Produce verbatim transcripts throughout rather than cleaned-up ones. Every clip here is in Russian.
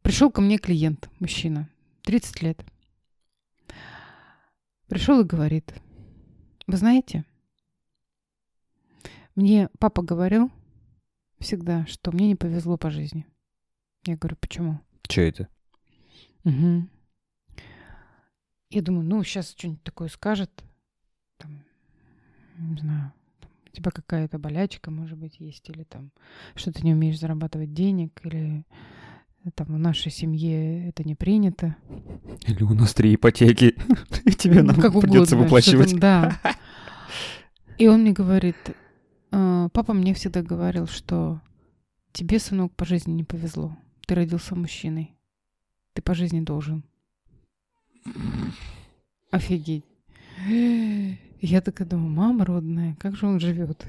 Пришел ко мне клиент, мужчина, тридцать лет. Пришел и говорит: вы знаете, мне папа говорил всегда, что мне не повезло по жизни. Я говорю: почему? Че это? Угу. Я думаю, ну, сейчас что-нибудь такое скажет. Там, не знаю, там, у тебя какая-то болячка, может быть, есть, или там, что ты не умеешь зарабатывать денег, или там в нашей семье это не принято. Или у нас три ипотеки, и тебе Ну, нам как придется угодно, выплачивать. что-то, да. И он мне говорит: «А, папа мне всегда говорил, что тебе, сынок, по жизни не повезло. Ты родился мужчиной. Ты по жизни должен. Офигеть. Я такая думаю: мама родная, как же он живет?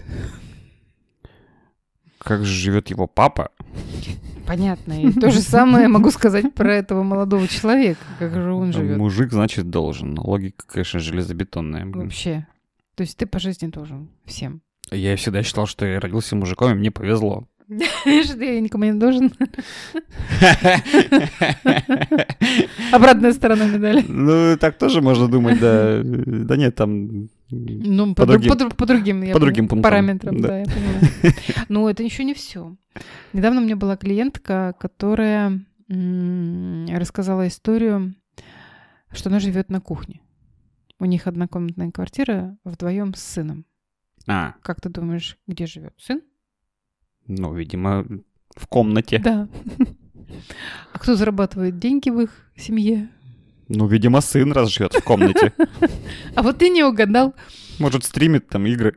Как же живет его папа? Понятно. И то же самое я могу сказать про этого молодого человека. Как же он живет? Мужик, значит, должен. Логика, конечно, железобетонная. Вообще. То есть ты по жизни должен всем. Я всегда считал, что я родился мужиком, и мне повезло. Что я никому не должен. Обратная сторона медали. Ну, так тоже можно думать, да. Да нет, там... Ну, по, по, другим, по, по, по другим, я по другим пунктам. Параметрам, да, да я поняла. Но это еще не все. Недавно у меня была клиентка, которая м- рассказала историю, что она живет на кухне. У них однокомнатная квартира вдвоем с сыном. А. Как ты думаешь, где живет сын? Ну, видимо, в комнате. Да. А кто зарабатывает деньги в их семье? Ну, видимо, сын раз живет в комнате. А вот ты не угадал. Может, стримит там игры.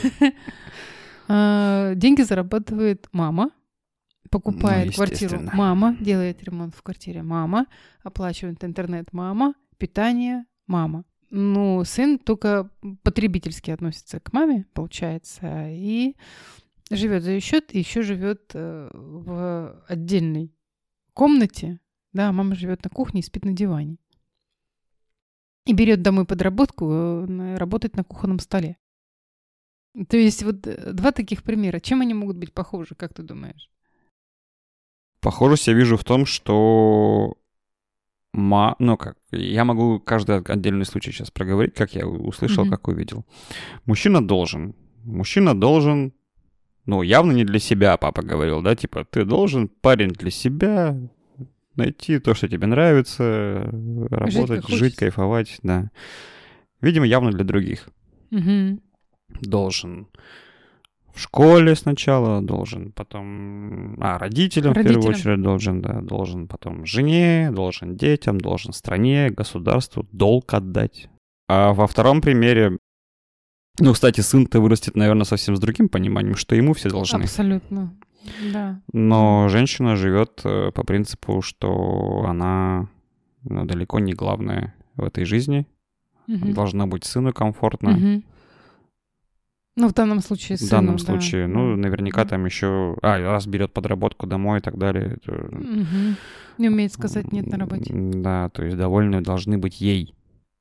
Деньги зарабатывает мама. Покупает Ну, квартиру мама, делает ремонт в квартире мама, оплачивает интернет мама, питание мама. Ну, сын только потребительски относится к маме, получается, и живет за ее счет, и еще живет в отдельной комнате. Да, мама живет на кухне и спит на диване. И берет домой подработку, работает на кухонном столе. То есть вот два таких примера. Чем они могут быть похожи, как ты думаешь? Похожесть я вижу в том, что... Ма... Ну как, я могу каждый отдельный случай сейчас проговорить, как я услышал, mm-hmm. как увидел. Мужчина должен. Мужчина должен... Ну, явно не для себя, папа говорил, да? Типа, ты должен, парень, для себя... Найти то, что тебе нравится, работать, жить, жить кайфовать, да. Видимо, явно для других. Угу. Должен в школе сначала, должен потом... А, родителям, родителям в первую очередь должен, да. Должен потом жене, должен детям, должен стране, государству долг отдать. А во втором примере... Ну, кстати, сын-то вырастет, наверное, совсем с другим пониманием, что ему все должны. Абсолютно. Да. Но женщина живет по принципу, что она ну, далеко не главная в этой жизни. Угу. Должно быть сыну комфортно. Угу. Ну, в данном случае сыну, В данном да. случае. Ну, наверняка там еще... А, раз берет подработку домой и так далее. То... Угу. Не умеет сказать «нет» на работе. Да, то есть довольны должны быть ей.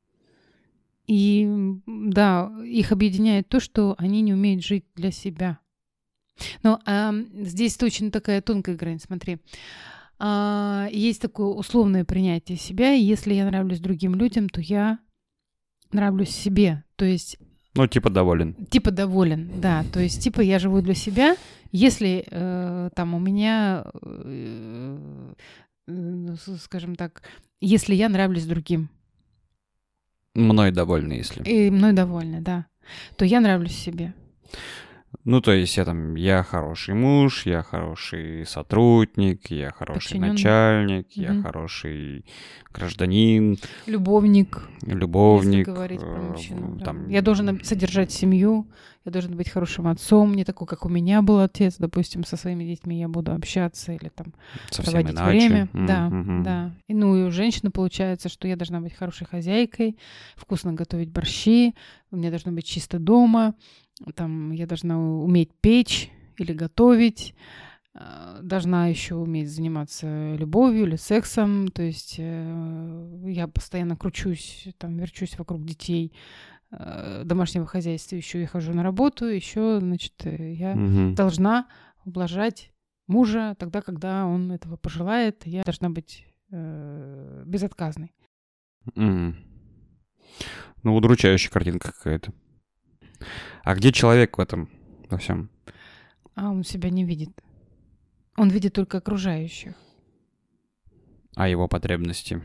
И да, их объединяет то, что они не умеют жить для себя. Но а, здесь точно такая тонкая грань, смотри. А, есть такое условное принятие себя, и если я нравлюсь другим людям, то я нравлюсь себе. То есть... Ну, типа доволен. Типа доволен, да. То есть, типа я живу для себя, если э, там у меня, э, э, скажем так, если я нравлюсь другим. Мной довольны, если. И мной довольны, да. То я нравлюсь себе. Ну, то есть я там, я хороший муж, я хороший сотрудник, я хороший Подчиненный. начальник, Угу. я хороший гражданин. Любовник. Любовник. Если говорить про мужчину. Э, там... Да. Я должен содержать семью, я должен быть хорошим отцом, не такой, как у меня был отец. Допустим, со своими детьми я буду общаться или там совсем проводить иначе. время. Mm-hmm. Да, да. И, ну и у женщины получается, что я должна быть хорошей хозяйкой, вкусно готовить борщи, у меня должно быть чисто дома. Там я должна уметь печь или готовить, должна еще уметь заниматься любовью или сексом, то есть э, я постоянно кручусь, там, верчусь вокруг детей, э, домашнего хозяйства, еще я хожу на работу, еще, значит, я угу. должна ублажать мужа тогда, когда он этого пожелает. Я должна быть э, безотказной. Mm. Ну, удручающая картинка какая-то. А где человек в этом во всем? А он себя не видит. Он видит только окружающих. А его потребности?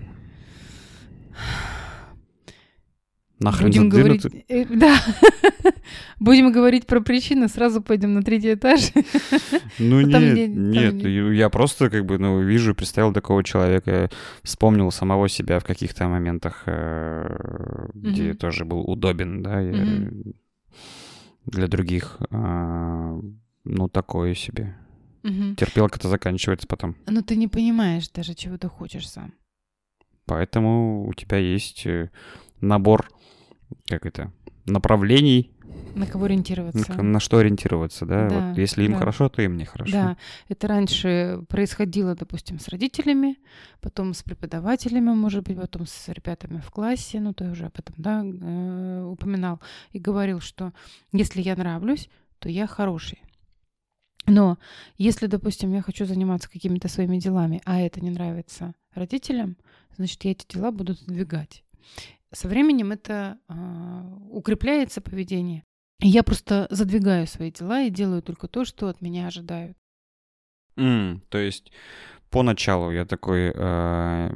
Нахрен Будем задвинуты? говорить, э, да. Будем говорить про причины, сразу пойдем на третий этаж. Ну Там нет, где- нет, там где- и я просто как бы, ну, вижу, представил такого человека, вспомнил самого себя в каких-то моментах, э, где Мгм. тоже был удобен, да, и, Мгм. для других. А, ну, такое себе. Мгм. Терпелка-то заканчивается потом. Но ты не понимаешь даже, чего ты хочешь сам. Поэтому у тебя есть э, набор, как это, направлений, На кого на, ориентироваться. к- на что ориентироваться, да? Да, Вот если им да. хорошо, то им не хорошо. Да, это раньше происходило, допустим, с родителями, потом с преподавателями, может быть, потом с ребятами в классе, ну, ты уже об этом, да, э, упоминал, и говорил, что если я нравлюсь, то я хороший. Но если, допустим, я хочу заниматься какими-то своими делами, а это не нравится родителям, значит, я эти дела буду сдвигать. Со временем это а, укрепляется поведение. И я просто задвигаю свои дела и делаю только то, что от меня ожидают. М, то есть поначалу я такой э,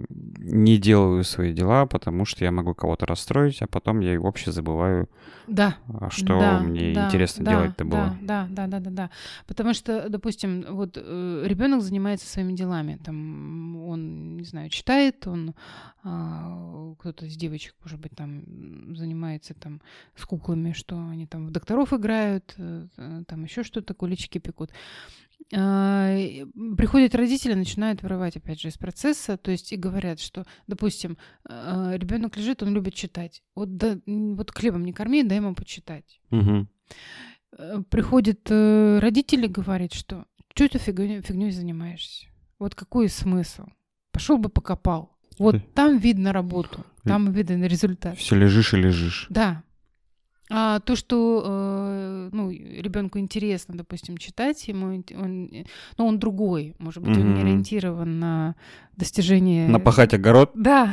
не делаю свои дела, потому что я могу кого-то расстроить, а потом я и вообще забываю, Да. а что Да, мне да, интересно да, делать-то было. Да, да, да, да, да, да. Потому что, допустим, вот ребенок занимается своими делами. Там он, не знаю, читает, он а, кто-то из девочек, может быть, там занимается там с куклами, что они там в докторов играют, э, э, там еще что-то, куличики пекут. А, и приходят родители, начинают вырывать, опять же, из процесса, то есть и говорят, что, допустим, ребенок лежит, он любит читать. Вот, да, м, вот хлебом не корми, дай ему почитать. Мгм. Э, Приходят э, родители, говорят, что что ты фигней, фигней занимаешься? Вот какой смысл? Пошел бы покопал. Вот Э. там видно работу, там виден результат. Все лежишь и лежишь. Да. А то, что э, ну, ребенку интересно, допустим, читать, ему ин- он, э, ну, он другой, может быть, он не Мгм. ориентирован на достижение. Напахать огород, Да.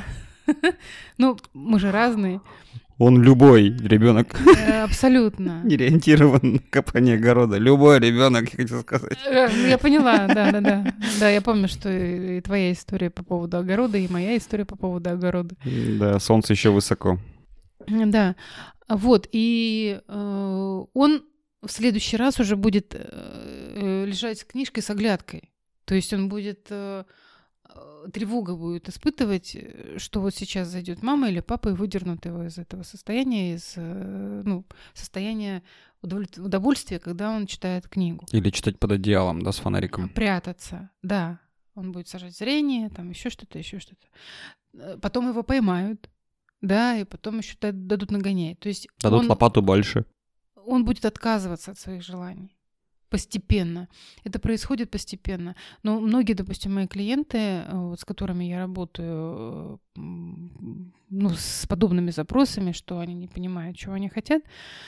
Ну, мы же разные. он любой ребенок Э, Абсолютно. не ориентирован на копание огорода. Любой ребенок, я хотел сказать. Э, ну, Я поняла, да, да, да. Да, я помню, что и и твоя история по поводу огорода, и моя история по поводу огорода. Да, солнце еще высоко. Да, вот, и э, он в следующий раз уже будет э, э, лежать с книжкой с оглядкой. То есть он будет, э, э, тревога будет испытывать, э, что вот сейчас зайдет мама или папа и выдернут его из этого состояния, из э, ну, состояния удовлет- удовольствия, когда он читает книгу. Или читать под одеялом, да, с фонариком. Прятаться, да. Он будет сажать зрение, там еще что-то, еще что-то. Э, Потом его поймают. Да, и потом еще дадут нагонять. То есть Дадут он, лопату больше. он будет отказываться от своих желаний постепенно. Это происходит постепенно. Но многие, допустим, мои клиенты, э, вот, с которыми я работаю, э, м, ну, с подобными запросами, что они не понимают, чего они хотят,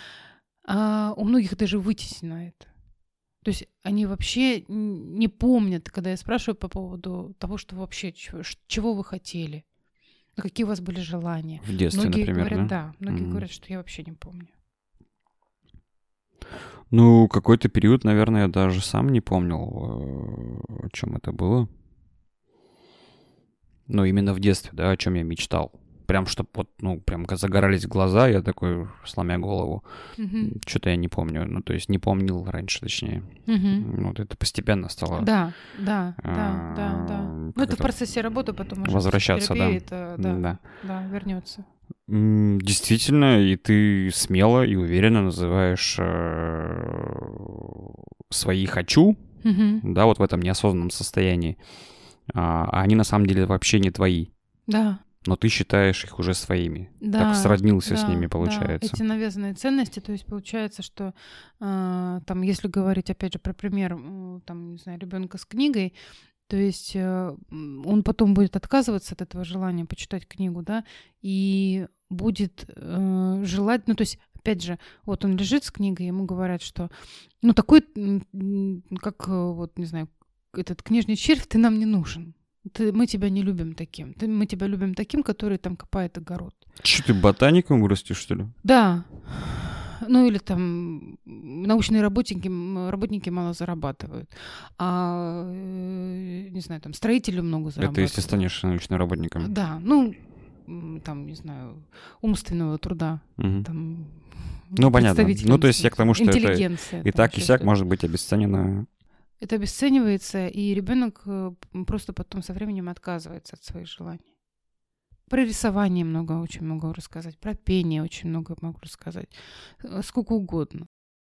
а у многих даже вытеснено это. То есть они вообще н- не помнят, когда я спрашиваю по поводу того, что вообще, чего, ш- чего вы хотели, ну, какие у вас были желания. В детстве, Многие например, говорят, да? да, многие Мгм. говорят, что я вообще не помню. Ну, какой-то период, наверное, я даже сам не помнил, э, о чем это было. Ну, именно в детстве, да, о чем я мечтал. Прям, чтобы вот, ну, прям загорались глаза, я такой, сломя голову. Мгм. Что-то я не помню. Ну, то есть не помнил раньше, точнее. Мгм. Ну, вот это постепенно стало Да, да, да, да, да. а, Ну, как это в это, процессе работы потом уже возвращаться, да. психотерапии это, да, Да. да, вернется. М, Действительно, и ты смело и уверенно называешь э, свои «хочу», да, вот в этом неосознанном состоянии, а а они на самом деле вообще не твои, Да, но ты считаешь их уже своими. да. Так сроднился с да, ними, да. получается. Эти навязанные ценности, то есть получается, что а, там, если говорить опять же про пример, м, там, не знаю, ребенка с книгой, то есть э, м, он потом будет отказываться от этого желания почитать книгу, да, и будет э, желать, ну, то есть, опять опять же, вот он лежит с книгой, ему говорят, что, ну, такой, как, вот, не знаю, этот книжный червь, ты нам не нужен. Ты, мы тебя не любим таким. Ты, мы тебя любим таким, который там копает огород. Что, ты ботаником вырастешь, что ли? Да. Ну, или там научные работники, работники мало зарабатывают. А, не знаю, там строители много зарабатывают. Это если станешь научным работником. Да, ну, там, не знаю, умственного труда. Угу. Там, ну, понятно. Ну, то есть я к тому, что это и так, и сяк что-то. может быть обесценено. Это обесценивается, и ребенок просто потом со временем отказывается от своих желаний. Про рисование много, очень могу рассказать, про пение очень много могу рассказать, сколько угодно.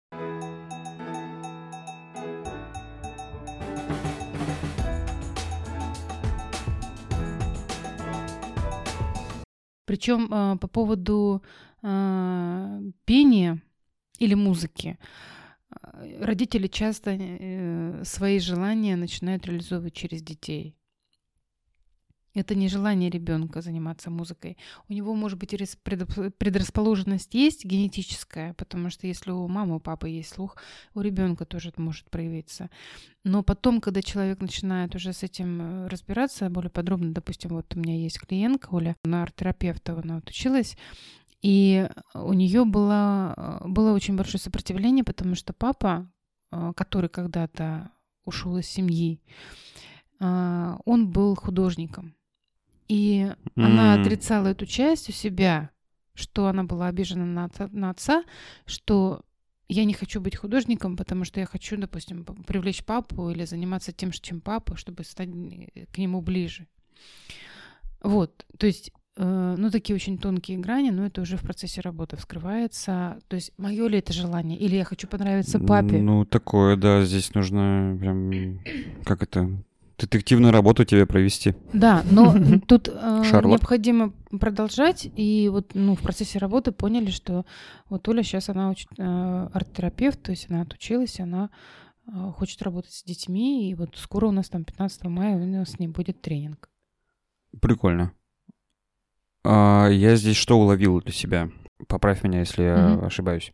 Причем э, по поводу э, пения или музыки, родители часто э, свои желания начинают реализовывать через детей. Это не желание ребенка заниматься музыкой. У него, может быть, предрасположенность есть генетическая, потому что если у мамы, у папы есть слух, у ребенка тоже это может проявиться. Но потом, когда человек начинает уже с этим разбираться более подробно, допустим, вот у меня есть клиентка Оля, она арт-терапевта, она отучилась, и у нее было, было очень большое сопротивление, потому что папа, который когда-то ушел из семьи, он был художником. И mm. она отрицала эту часть у себя, что она была обижена на отца, на отца, что я не хочу быть художником, потому что я хочу, допустим, привлечь папу или заниматься тем, чем папа, чтобы стать к нему ближе. Вот, то есть, э, ну, такие очень тонкие грани, но это уже в процессе работы вскрывается. То есть, мое ли это желание, или я хочу понравиться папе? Ну, такое, да, здесь нужно прям, как это... детективную работу тебе провести. Да, но тут э, необходимо продолжать. И вот ну, в процессе работы поняли, что вот Оля сейчас она учит, э, арт-терапевт, то есть она отучилась, она э, хочет работать с детьми. И вот скоро у нас там пятнадцатого мая у нас с ней будет тренинг. Прикольно. А, я здесь что уловил для себя? Поправь меня, если я mm-hmm. ошибаюсь.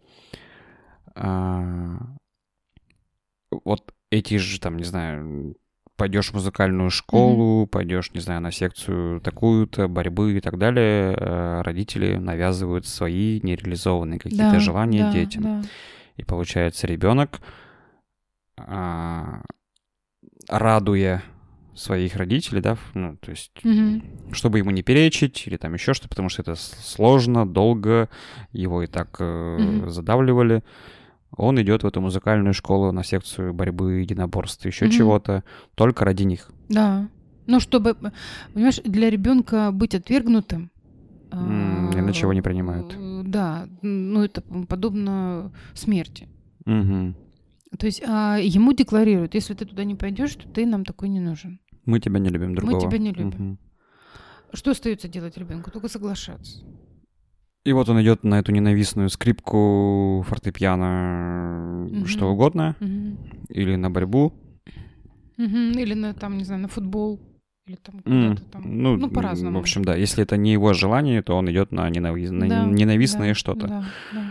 А, вот эти же там, не знаю... пойдешь в музыкальную школу, mm-hmm. пойдешь, не знаю, на секцию такую-то, борьбы и так далее, родители навязывают свои нереализованные какие-то да, желания да, детям. Да. И получается, ребенок, а, радуя своих родителей, да, ну, то есть, mm-hmm. чтобы ему не перечить или там еще что-то, потому что это сложно, долго, его и так mm-hmm. задавливали. Он идет в эту музыкальную школу на секцию борьбы, единоборств, еще mm-hmm. чего-то, только ради них. Да. Ну, чтобы, понимаешь, для ребенка быть отвергнутым. Mm, иначе его не принимают. Да, ну это подобно смерти. Mm-hmm. То есть а, ему декларируют, если ты туда не пойдешь, то ты нам такой не нужен. Мы тебя не любим, другого. Мы тебя не любим. Mm-hmm. Что остается делать ребенку? Только соглашаться. И вот он идет на эту ненавистную скрипку, фортепиано, mm-hmm. что угодно, mm-hmm. или на борьбу. Mm-hmm. Или на, там, не знаю, на футбол. Или там куда-то там. Mm. Ну, ну, по-разному. В общем, да, если это не его желание, то он идет на, ненави... на да, ненавистное да, что-то. Да, да.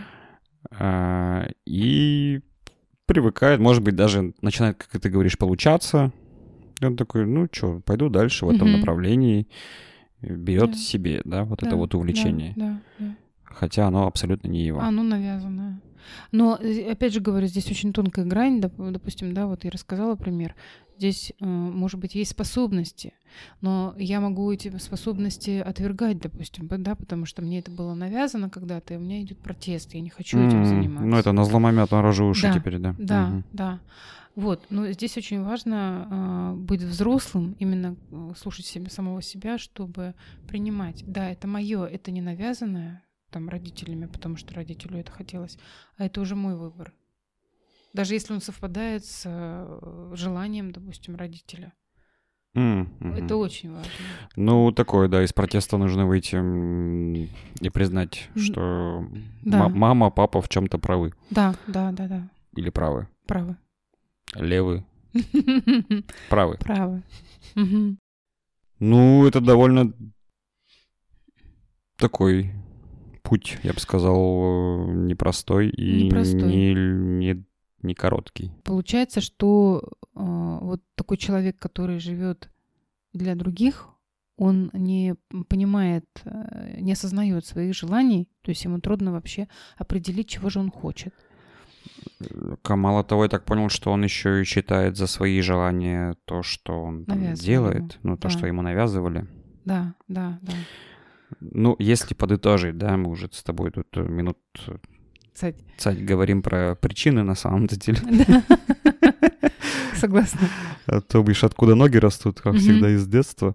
А, и привыкает, может быть, даже начинает, как ты говоришь, получаться. И он такой, ну что, пойду дальше в этом mm-hmm. направлении. Берет да. себе, да, вот да, это вот увлечение. Да, да, да. Хотя оно абсолютно не его. Оно навязанное. Но, опять же говорю, здесь очень тонкая грань, допустим, да, вот я рассказала пример. Здесь, может быть, есть способности, но я могу эти способности отвергать, допустим, да, потому что мне это было навязано когда-то, и у меня идет протест, я не хочу mm-hmm. этим заниматься. Ну, это на зломомет на рожу уши да, теперь, да? Да, угу. да. Вот, но здесь очень важно э, быть взрослым, именно э, слушать себе, самого себя, чтобы принимать. Да, это мое, это не навязанное там родителями, потому что родителю это хотелось, а это уже мой выбор. Даже если он совпадает с э, желанием, допустим, родителя. Mm-hmm. Это очень важно. Ну, такое, да, из протеста нужно выйти и признать, что да. м- мама, папа в чем-то правы. Да, да, да, да. Или правы. Правы. Левы. Правы. Правы. Угу. Ну, это довольно такой путь, я бы сказал, непростой и Непростой. Не, не, не короткий. Получается, что э, вот такой человек, который живет для других, он не понимает, э, не осознает своих желаний, то есть ему трудно вообще определить, чего же он хочет. Мало того, я так понял, что он еще и считает за свои желания то, что он там делает, ему. ну, то, Да. что ему навязывали. Да, да, да. Ну, если подытожить, да, мы уже с тобой тут минут Цать. цать говорим про причины на самом деле. Согласна. А то бишь, откуда ноги растут, как Мгм. всегда, из детства.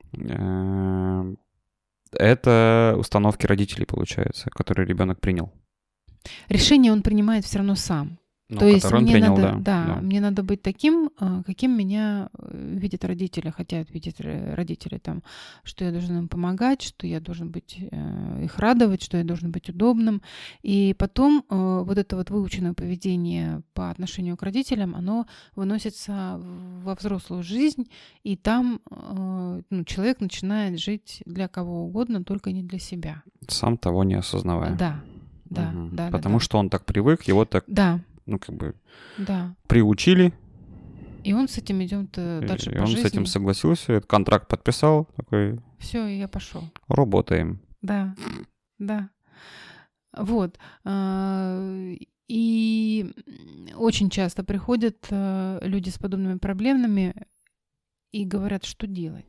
Это установки родителей, получается, которые ребенок принял. Решение он принимает все равно сам. Ну, То есть который он мне принял, надо, да, да, да. мне надо быть таким, а, каким меня э, видят родители, хотят видеть р- родители, там, что я должен им помогать, что я должен быть э, их радовать, что я должен быть удобным. И потом э, вот это вот выученное поведение по отношению к родителям, оно выносится в- во взрослую жизнь, и там э, ну, человек начинает жить для кого угодно, только не для себя. Сам того не осознавая. Да, да, Мгм. да. Потому да, что он так привык, его так, да, ну, как бы да. приучили, И он с этим идет дальше и по он жизни. с этим согласился, этот контракт подписал, такой, Все, и я пошел. работаем. Да, да. Вот. а, И очень часто приходят а, люди с подобными проблемами и говорят, что делать.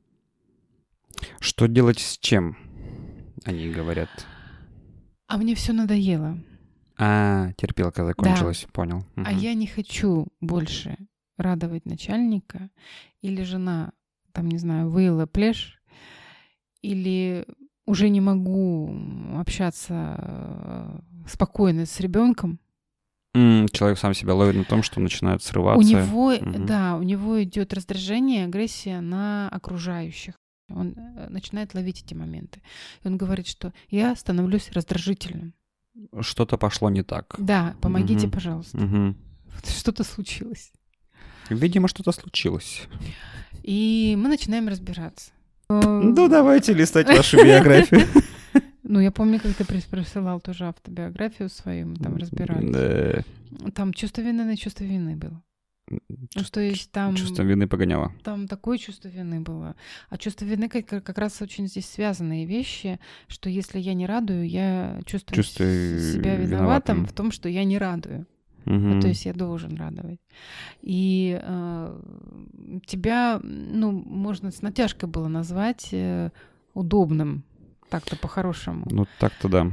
Что делать с чем? Они говорят. А мне все надоело. А, терпелка закончилась, понял. А Мгм. я не хочу больше радовать начальника, или жена, там, не знаю, выила плешь, или уже не могу общаться э, спокойно с ребенком. М, Человек сам себя ловит на том, что начинает срываться. У него, Мгм. да, у него идет раздражение, агрессия на окружающих. Он э, начинает ловить эти моменты. И он говорит, что я становлюсь раздражительным. Что-то пошло не так. Да, помогите, Мгм. пожалуйста. Мгм. Что-то случилось. Видимо, что-то случилось. И мы начинаем разбираться. Ну, давайте листать вашу биографию. Ну, я помню, как ты прис- присылал тоже автобиографию свою, мы там разбирались. Да. Там чувство вины на чувство вины было. Ну, то есть там, Чувство вины погоняло. там такое чувство вины было. А чувство вины как, как раз очень здесь связанные вещи, что если я не радую, я чувствую, Чувствую с- себя виноватым. виноватым в том, что я не радую. Мгм. Ну, то есть я должен радовать. И э, тебя, ну, можно с натяжкой было назвать э, удобным, так-то по-хорошему. Ну, так-то да.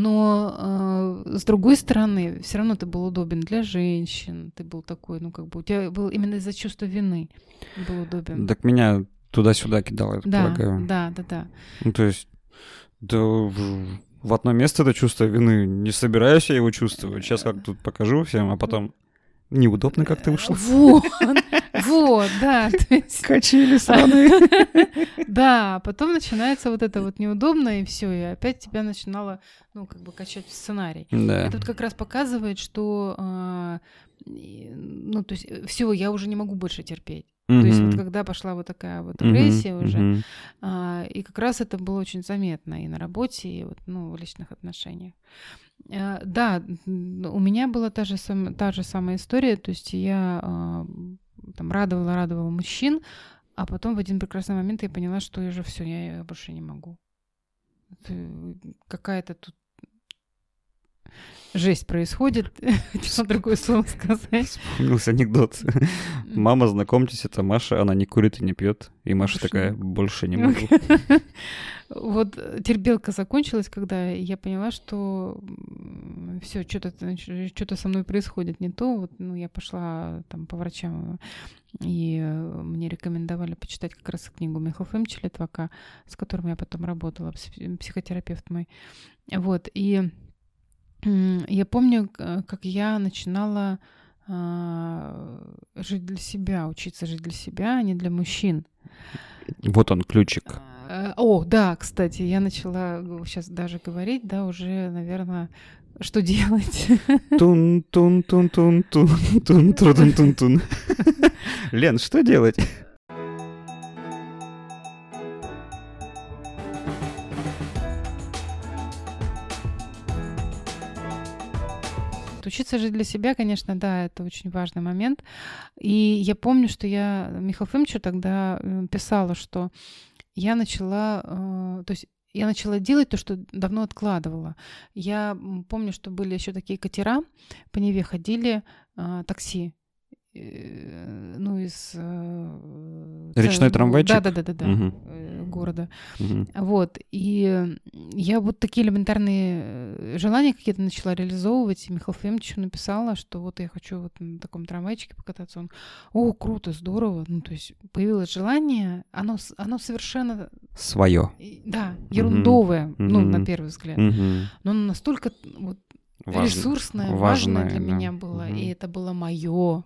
Но э, с другой стороны, все равно ты был удобен для женщин, ты был такой, ну, как бы, у тебя был именно из-за чувства вины был удобен. Так меня туда-сюда кидало, я да, полагаю. да, да, да. Ну, то есть, да, в, в одно место это чувство вины. Не собираюсь я его чувствовать. Сейчас как тут покажу всем, а потом неудобно как-то вышло. Вот, вот, да. то есть- Качели сраные. Да, потом начинается вот это вот неудобно, и все, и опять тебя начинало, ну, как бы качать в сценарий. Да. Это вот как раз показывает, что, а, и, ну, то есть все, я уже не могу больше терпеть. То есть вот когда пошла вот такая вот агрессия уже, а, и как раз это было очень заметно и на работе, и вот, ну, в личных отношениях. А, да, м, у меня была та же, сам, та же самая история, то есть я а, там радовала, радовала мужчин, а потом в один прекрасный момент я поняла, что я же все, я больше не могу. Это какая-то тут жесть происходит. Хотела другое слово сказать. Вспомнился анекдот. Мама, знакомьтесь, это Маша, она не курит и не пьет. И Маша Больше такая, не- больше не могу. Вот терпелка закончилась, когда я поняла, что все, что-то что-то со мной происходит не то. Вот, ну, я пошла там по врачам, и э, мне рекомендовали почитать как раз книгу Михаила Фомича Литвака, с которым я потом работала, пс- психотерапевт мой. Вот, и м, я помню, к- как я начинала а, жить для себя, учиться жить для себя, а не для мужчин. Вот он, ключик. Э, О, да, кстати, я начала сейчас даже говорить, да, уже, наверное, что делать. тун тун тун тун тун тун тун тун тун Лен, что делать? Вот. Учиться жить для себя, конечно, да, это очень важный момент. И я помню, что я Михаилу Ефимовичу тогда писала, что я начала, то есть я начала делать то, что давно откладывала. Я помню, что были еще такие катера, по Неве ходили такси. Ну, из... Речной трамвайчик? Да-да-да, угу. Города. Угу. Вот. И я вот такие элементарные желания какие-то начала реализовывать. И Михаилу Ефимовичу написала, что вот я хочу вот на таком трамвайчике покататься. Он: о, круто, здорово. Ну, то есть появилось желание, оно, оно совершенно... Своё. Да, ерундовое, угу. ну, на первый взгляд. Угу. Но оно настолько вот Важно. ресурсное, важное, важное для да. меня было. Угу. И это было моё.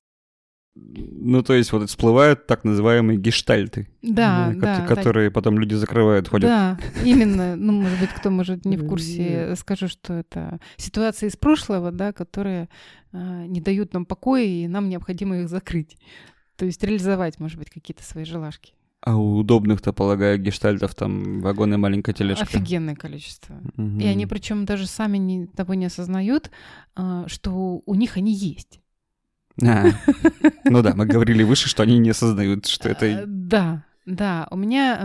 Ну, то есть вот всплывают так называемые гештальты. Да, ко- да. Которые так... потом люди закрывают, ходят. Да, именно. Ну, может быть, кто, может, не в курсе, скажу, что это ситуации из прошлого, да, которые а, не дают нам покоя, и нам необходимо их закрыть. То есть реализовать, может быть, какие-то свои желашки. А у удобных-то, полагаю, гештальтов там вагон и маленькая тележка. Офигенное количество. Угу. И они, причем даже сами не, того не осознают, а, что у них они есть. А, ну да, мы говорили выше, что они не осознают, что это... Да, да. У меня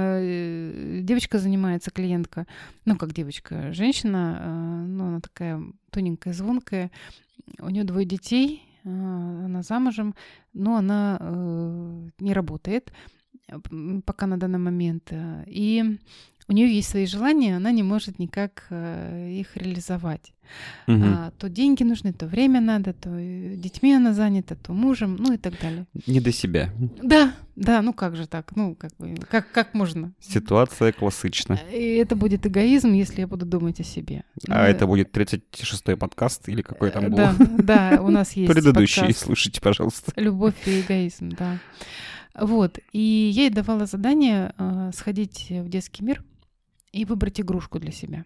э, девочка занимается, клиентка, ну как девочка, женщина, э, ну она такая тоненькая, звонкая, у нее двое детей, э, она замужем, но она э, не работает пока на данный момент, э, и у нее есть свои желания, она не может никак э, их реализовать. Угу. А, то деньги нужны, то время надо, то детьми она занята, то мужем, ну и так далее. Не до себя. Да, да, ну как же так? Ну, как бы, как, как можно? Ситуация классична. И это будет эгоизм, если я буду думать о себе. А ну, это будет тридцать шестой подкаст или какой там был? Да, да, у нас есть предыдущий, подкаст. Слушайте, пожалуйста. «Любовь и эгоизм», да. Вот, и я ей давала задание э, сходить в детский мир и выбрать игрушку для себя.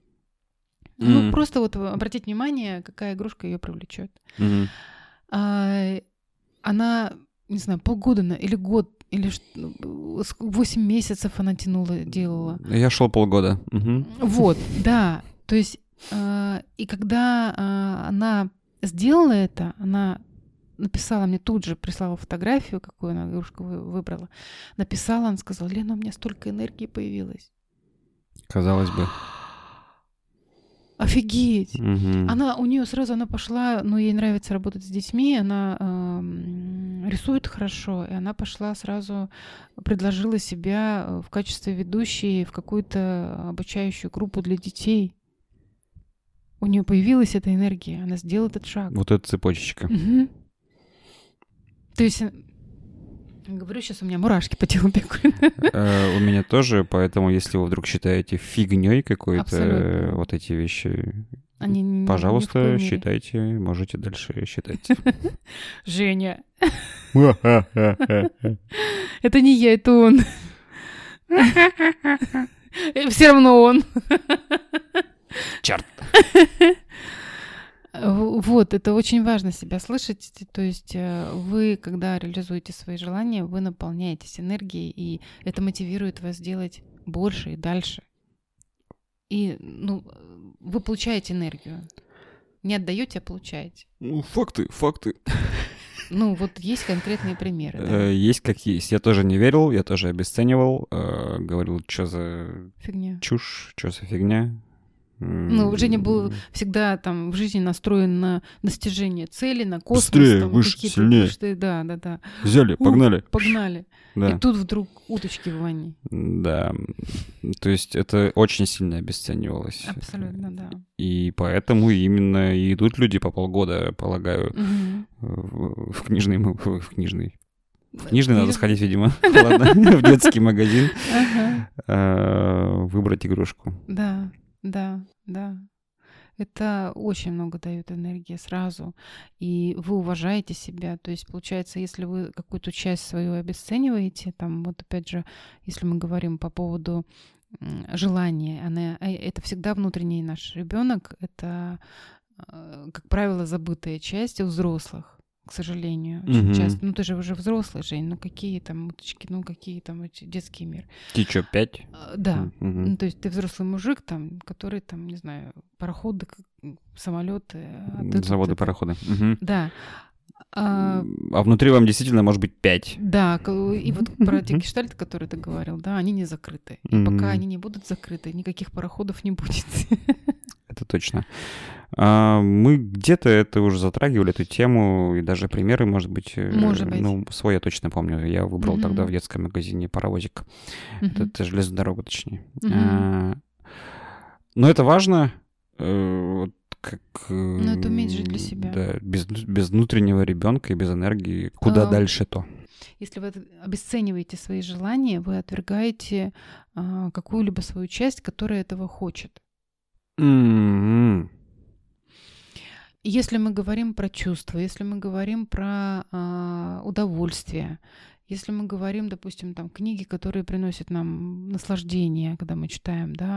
Mm. Ну, просто вот обратить внимание, какая игрушка ее привлечет. Mm-hmm. А, она, не знаю, полгода или год, или восемь месяцев она тянула, делала. Я шел полгода. Mm-hmm. Вот, да. То есть, а, и когда а, она сделала это, она написала мне тут же, прислала фотографию, какую она игрушку выбрала. Написала, она сказала: Лена, у меня столько энергии появилось. Казалось бы. Офигеть! Угу. Она, у нее сразу она пошла, ну, ей нравится работать с детьми, она э, рисует хорошо, и она пошла сразу, предложила себя в качестве ведущей в какую-то обучающую группу для детей. У нее появилась эта энергия, она сделала этот шаг. Вот эта цепочечка. Угу. То есть... Говорю, сейчас у меня мурашки по телу бегают. У меня тоже, поэтому если вы вдруг считаете фигней какой-то вот эти вещи, Они пожалуйста, считайте, можете дальше считать. Женя. Это не я, это он. Все равно он. Черт. Вот, это очень важно себя слышать. То есть вы, когда реализуете свои желания, вы наполняетесь энергией, и это мотивирует вас делать больше и дальше. И, ну, вы получаете энергию. Не отдаете, а получаете. Ну, факты, факты. Ну, вот есть конкретные примеры. Да? Есть как есть. Я тоже не верил, я тоже обесценивал. Говорил, что за фигня. Чушь, что за фигня. Ну, Женя был всегда там в жизни настроен на достижение цели, на космос. Быстрее, там, выше, какие-то сильнее. Выше, да, да, да. Взяли, погнали. У, погнали. Да. И тут вдруг уточки в ванне. Да. То есть это очень сильно обесценивалось. Абсолютно, да. И поэтому именно и идут люди по полгода, полагаю, угу. в, в книжный... В книжный... В книжный надо сходить, видимо. Ладно, в детский магазин. Выбрать игрушку. Да. Да, да. Это очень много дает энергии сразу. И вы уважаете себя. То есть, получается, если вы какую-то часть свою обесцениваете, там, вот опять же, если мы говорим по поводу желания, она, это всегда внутренний наш ребенок, это, как правило, забытая часть у взрослых. к сожалению, очень Мгм. часто. Ну, ты же уже взрослый, Жень, ну какие там уточки, ну какие там эти детский мир. Ты что, пять? А, Да, Мгм. ну, то есть ты взрослый мужик, там, который, там, не знаю, пароходы, к- самолеты, а ты тут Заводы, это- пароходы. Мгм. Да. А, А внутри вам действительно может быть пять. Да, к- и вот про те гештальты, которые ты говорил, да, они не закрыты. И Мгм. пока они не будут закрыты, никаких пароходов не будет. Это точно. А, мы где-то это уже затрагивали, эту тему, и даже примеры, может быть. э, Может быть. Ну, свой я точно помню. Я выбрал тогда Мгм. в детском магазине паровозик. Мгм. Это железную дорогу, точнее. Мгм. А, Но это важно, э, вот как... Ну, это уметь жить для себя. Да, без, без внутреннего ребенка и без энергии. Куда А, дальше то? Если вы от- обесцениваете свои желания, вы отвергаете а, какую-либо свою часть, которая этого хочет. М-м. И Если мы говорим про чувства, если мы говорим про а, удовольствие, если мы говорим, допустим, там книги, которые приносят нам наслаждение, когда мы читаем, да,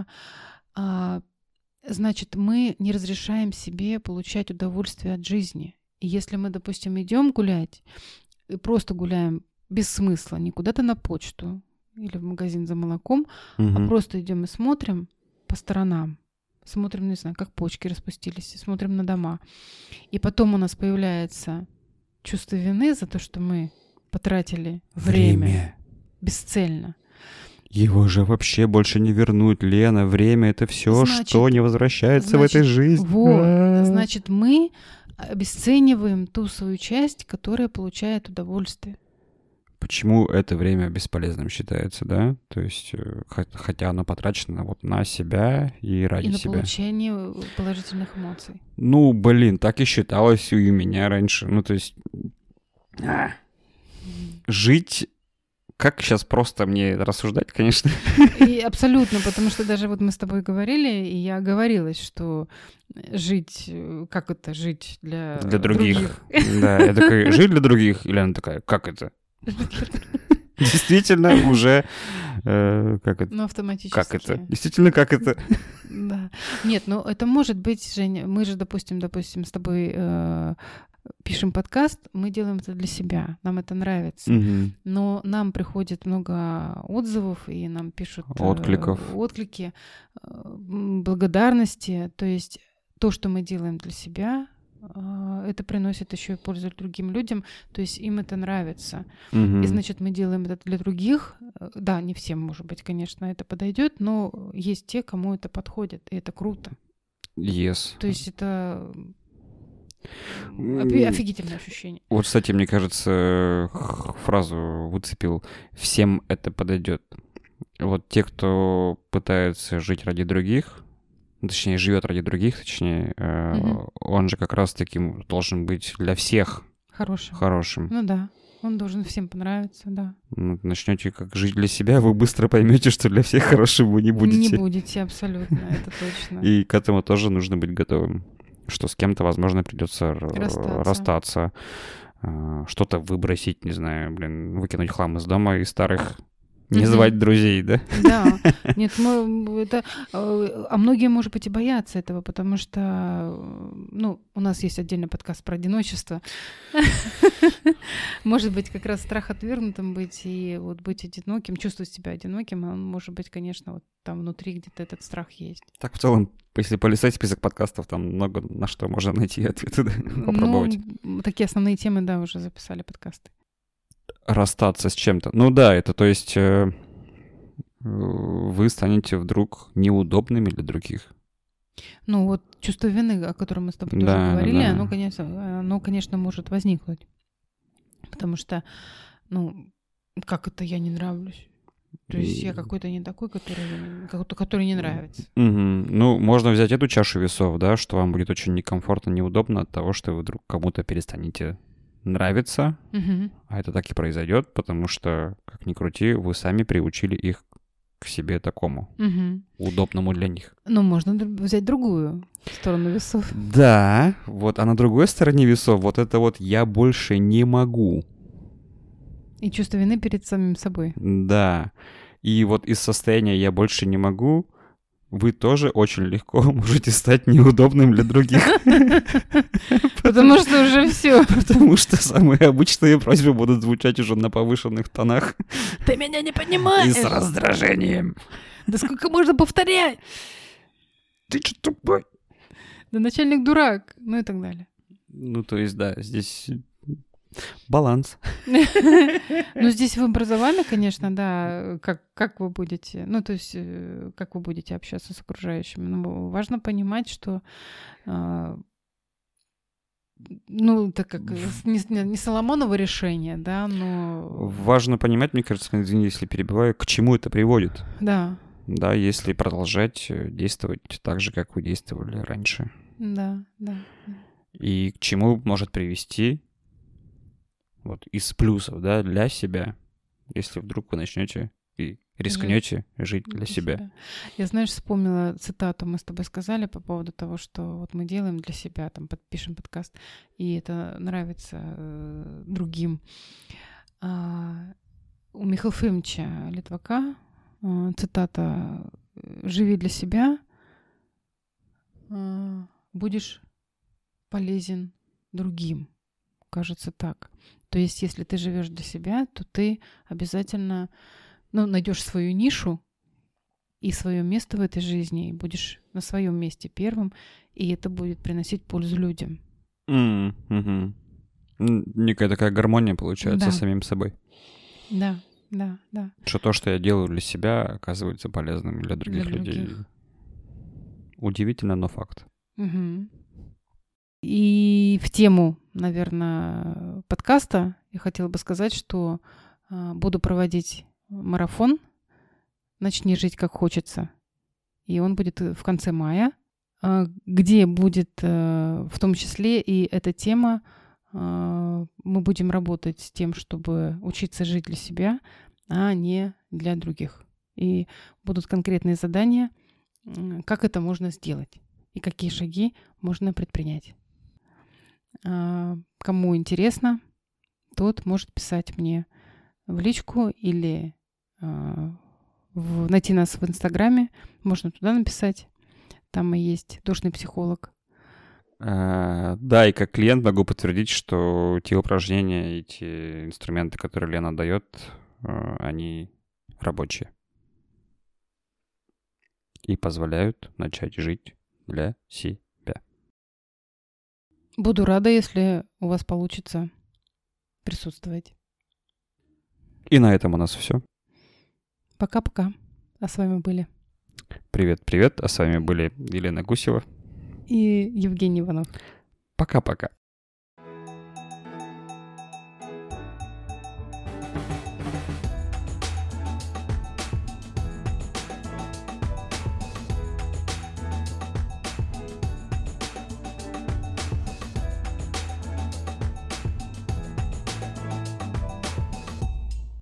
а, значит, мы не разрешаем себе получать удовольствие от жизни. И если мы, допустим, идем гулять, и просто гуляем без смысла, не куда-то на почту или в магазин за молоком, а Мгм. просто идем и смотрим по сторонам, смотрим, не знаю, как почки распустились, и смотрим на дома. И потом у нас появляется чувство вины за то, что мы потратили время, бесцельно. Его же вообще больше не вернуть, Лена. Время — это все, Значит- что не возвращается в значит, этой жизни. Вот, А. значит, мы обесцениваем ту свою часть, которая получает удовольствие. Почему это время бесполезным считается, да? То есть, э, хо- хотя оно потрачено вот на себя и ради И на себя. получение положительных эмоций. Ну, блин, так и считалось и у меня раньше. Ну, то есть... а, Жить... Как сейчас просто мне рассуждать, конечно. И абсолютно, потому что даже вот мы с тобой говорили, и я оговорилась, что жить, э, как это жить для, Для других. Да, я такой, жить для других? Или она такая, как это? Действительно, уже... э, Как это? Ну, автоматически. Как это? Действительно, как это? Да. Нет, ну это может быть, Женя, мы же, допустим, допустим, с тобой э, пишем подкаст, мы делаем это для себя, нам это нравится. Мгм. Но нам приходит много отзывов, и нам пишут э, Откликов. отклики, э, м, благодарности. То есть то, что мы делаем для себя, э, это приносит еще и пользу другим людям, то есть им это нравится. Мгм. И значит, мы делаем это для других. Э, Да, не всем, может быть, конечно, это подойдет, но есть те, кому это подходит, и это круто. Yes. То есть это м, М. офи- офигительное ощущение. Вот, кстати, мне кажется, х- фразу выцепил. Всем это подойдет. Вот те, кто пытается жить ради других, ну, точнее, живет ради других, точнее, э, Мгм. он же как раз таким должен быть для всех Хорошее. хорошим. Ну да, он должен всем понравиться, да. Ну, начнете как жить для себя, вы быстро поймете, что для всех хорошим вы не будете. Не будете, абсолютно, это точно. И к этому тоже нужно быть готовым. Что с кем-то, возможно, придется р- Расстаться. расстаться, э, что-то выбросить, не знаю, блин, выкинуть хлам из дома из старых, не Мгм. звать друзей, да? Да, нет, мы это, э, а многие, может быть, и боятся этого, потому что, э, ну, у нас есть отдельный подкаст про одиночество. Может быть, как раз страх отвергнутым быть и вот быть одиноким, чувствовать себя одиноким, он, может быть, конечно, вот там внутри где-то этот страх есть. Так, в целом, если полистать список подкастов, там много на что можно найти ответы, да? Попробовать. Ну, такие основные темы, да, уже записали подкасты. Расстаться с чем-то. Ну да, это то есть э, вы станете вдруг неудобными для других. Ну, вот чувство вины, о котором мы с тобой Да, тоже говорили, да. оно, конечно, оно, конечно, может возникнуть. Потому что, ну, как это я не нравлюсь? То есть я какой-то не такой, который, какой-то, который не нравится. Мгм. Ну, можно взять эту чашу весов, да, что вам будет очень некомфортно, неудобно от того, что вы вдруг кому-то перестанете нравиться, Мгм. а это так и произойдет, потому что, как ни крути, вы сами приучили их к себе такому, Мгм. удобному для них. Ну, можно д- взять другую сторону весов. Да, вот, а на другой стороне весов вот это вот «я больше не могу». И чувство вины перед самим собой. Да. И вот из состояния «я больше не могу» вы тоже очень легко можете стать неудобным для других. Потому что уже все. Потому что самые обычные просьбы будут звучать уже на повышенных тонах. Ты меня не понимаешь. И с раздражением. Да сколько можно повторять? Ты что тупой? Да начальник дурак. Ну и так далее. Ну, то есть, да, здесь баланс. Ну, здесь выбор за вами, конечно, да, как, как вы будете, ну, то есть, как вы будете общаться с окружающими. Но важно понимать, что, э, ну, так как не, не Соломоново решение, да, но... Важно понимать, мне кажется, извини, если перебиваю, к чему это приводит. Да. Да, если продолжать действовать так же, как вы действовали раньше. Да, да. И к чему может привести... Вот, из плюсов, да, для себя, если вдруг вы начнете и рискнете жить, жить для, для себя. себя. Я, знаешь, вспомнила цитату, мы с тобой сказали по поводу того, что вот мы делаем для себя, там, пишем подкаст, и это нравится э, другим. А, у Михаила Ефимовича Литвака э, цитата «Живи для себя, э, будешь полезен другим». Кажется так. То есть, если ты живешь для себя, то ты обязательно, ну, найдешь свою нишу и свое место в этой жизни, и будешь на своем месте первым, и это будет приносить пользу людям. Mm-hmm. Некая такая гармония получается да. с самим собой. Да, да, да. Что то, что я делаю для себя, оказывается полезным для других для людей. Других. Удивительно, но факт. Угу. И в тему, наверное, подкаста я хотела бы сказать, что э, буду проводить марафон «Начни жить как хочется». И он будет в конце мая, э, где будет э, в том числе и эта тема. Э, мы будем работать с тем, чтобы учиться жить для себя, а не для других. И будут конкретные задания, э, как это можно сделать и какие шаги можно предпринять. Кому интересно, тот может писать мне в личку или э, в, найти нас в Инстаграме. Можно туда написать. Там и есть душный психолог. А, да, и как клиент могу подтвердить, что те упражнения и те инструменты, которые Лена дает, они рабочие. И позволяют начать жить для себя. Буду рада, если у вас получится присутствовать. И на этом у нас все. Пока-пока. А с вами были... Привет-привет. А с вами были Елена Гусева и Евгений Иванов. Пока-пока.